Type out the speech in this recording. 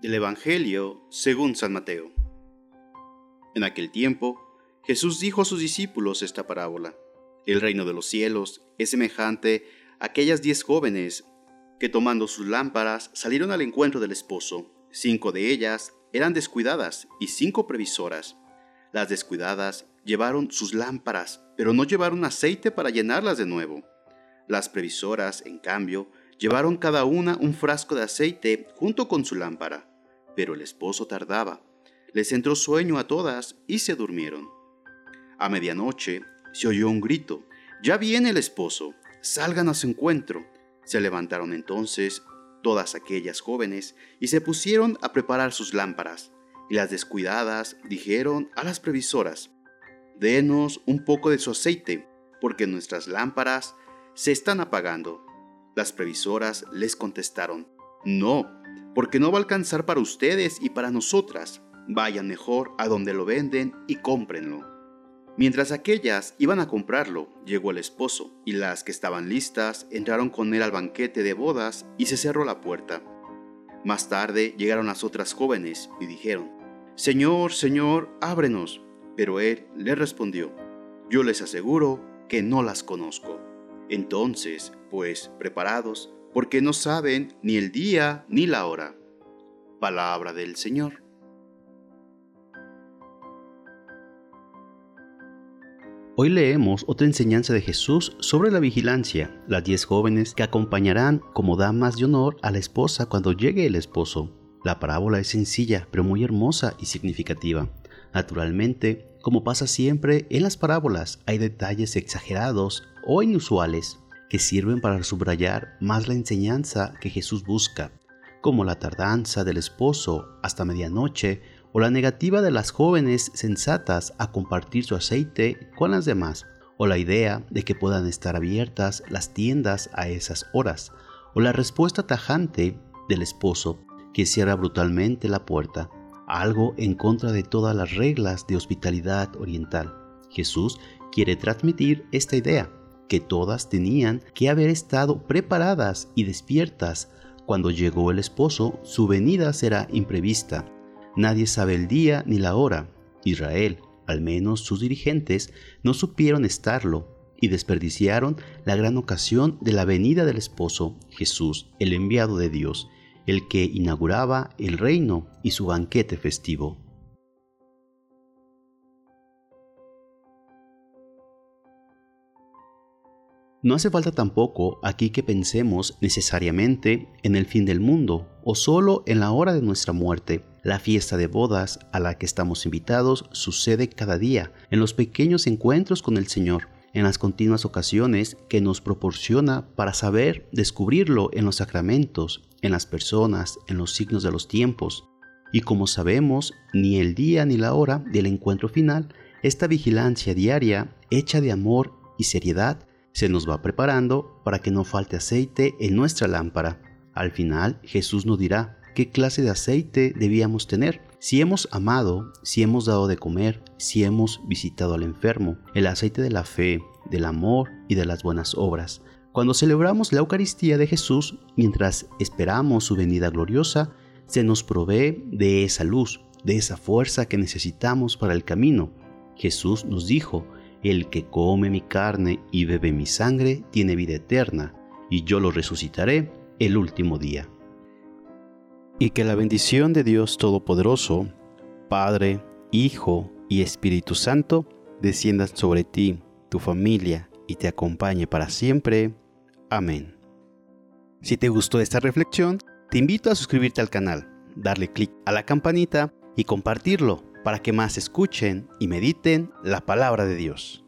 Del Evangelio según San Mateo. En aquel tiempo, Jesús dijo a sus discípulos esta parábola: El reino de los cielos es semejante a aquellas 10 jóvenes que, tomando sus lámparas, salieron al encuentro del esposo. 5 de ellas eran descuidadas y 5 previsoras. Las descuidadas llevaron sus lámparas, pero no llevaron aceite para llenarlas de nuevo. Las previsoras, en cambio, llevaron cada una un frasco de aceite junto con su lámpara. Pero el esposo tardaba. Les entró sueño a todas y se durmieron. A medianoche se oyó un grito: «¡Ya viene el esposo! ¡Salgan a su encuentro!». Se levantaron entonces todas aquellas jóvenes y se pusieron a preparar sus lámparas. Y las descuidadas dijeron a las previsoras: «Denos un poco de su aceite, porque nuestras lámparas se están apagando». Las previsoras les contestaron: «No, porque no va a alcanzar para ustedes y para nosotras. Vayan mejor a donde lo venden y cómprenlo». Mientras aquellas iban a comprarlo, llegó el esposo, y las que estaban listas entraron con él al banquete de bodas y se cerró la puerta. Más tarde llegaron las otras jóvenes y dijeron: «Señor, Señor, ábrenos». Pero él les respondió: «Yo les aseguro que no las conozco». Entonces, pues, preparados, porque no saben ni el día ni la hora. Palabra del Señor. Hoy leemos otra enseñanza de Jesús sobre la vigilancia, las 10 jóvenes que acompañarán como damas de honor a la esposa cuando llegue el esposo. La parábola es sencilla, pero muy hermosa y significativa. Naturalmente, como pasa siempre en las parábolas, hay detalles exagerados o inusuales que sirven para subrayar más la enseñanza que Jesús busca, como la tardanza del esposo hasta medianoche o la negativa de las jóvenes sensatas a compartir su aceite con las demás, o la idea de que puedan estar abiertas las tiendas a esas horas, o la respuesta tajante del esposo que cierra brutalmente la puerta, algo en contra de todas las reglas de hospitalidad oriental. Jesús quiere transmitir esta idea, que todas tenían que haber estado preparadas y despiertas. Cuando llegó el esposo, su venida será imprevista. Nadie sabe el día ni la hora. Israel, al menos sus dirigentes, no supieron estarlo y desperdiciaron la gran ocasión de la venida del esposo, Jesús, el enviado de Dios, el que inauguraba el reino y su banquete festivo. No hace falta tampoco aquí que pensemos necesariamente en el fin del mundo o solo en la hora de nuestra muerte. La fiesta de bodas a la que estamos invitados sucede cada día, en los pequeños encuentros con el Señor, en las continuas ocasiones que nos proporciona para saber descubrirlo en los sacramentos, en las personas, en los signos de los tiempos. Y como sabemos, ni el día ni la hora del encuentro final, esta vigilancia diaria, hecha de amor y seriedad, se nos va preparando para que no falte aceite en nuestra lámpara. Al final, Jesús nos dirá qué clase de aceite debíamos tener. Si hemos amado, si hemos dado de comer, si hemos visitado al enfermo, el aceite de la fe, del amor y de las buenas obras. Cuando celebramos la Eucaristía de Jesús, mientras esperamos su venida gloriosa, se nos provee de esa luz, de esa fuerza que necesitamos para el camino. Jesús nos dijo: «El que come mi carne y bebe mi sangre tiene vida eterna, y yo lo resucitaré el último día». Y que la bendición de Dios Todopoderoso, Padre, Hijo y Espíritu Santo, desciendan sobre ti, tu familia, y te acompañe para siempre. Amén. Si te gustó esta reflexión, te invito a suscribirte al canal, darle clic a la campanita y compartirlo para que más escuchen y mediten la palabra de Dios.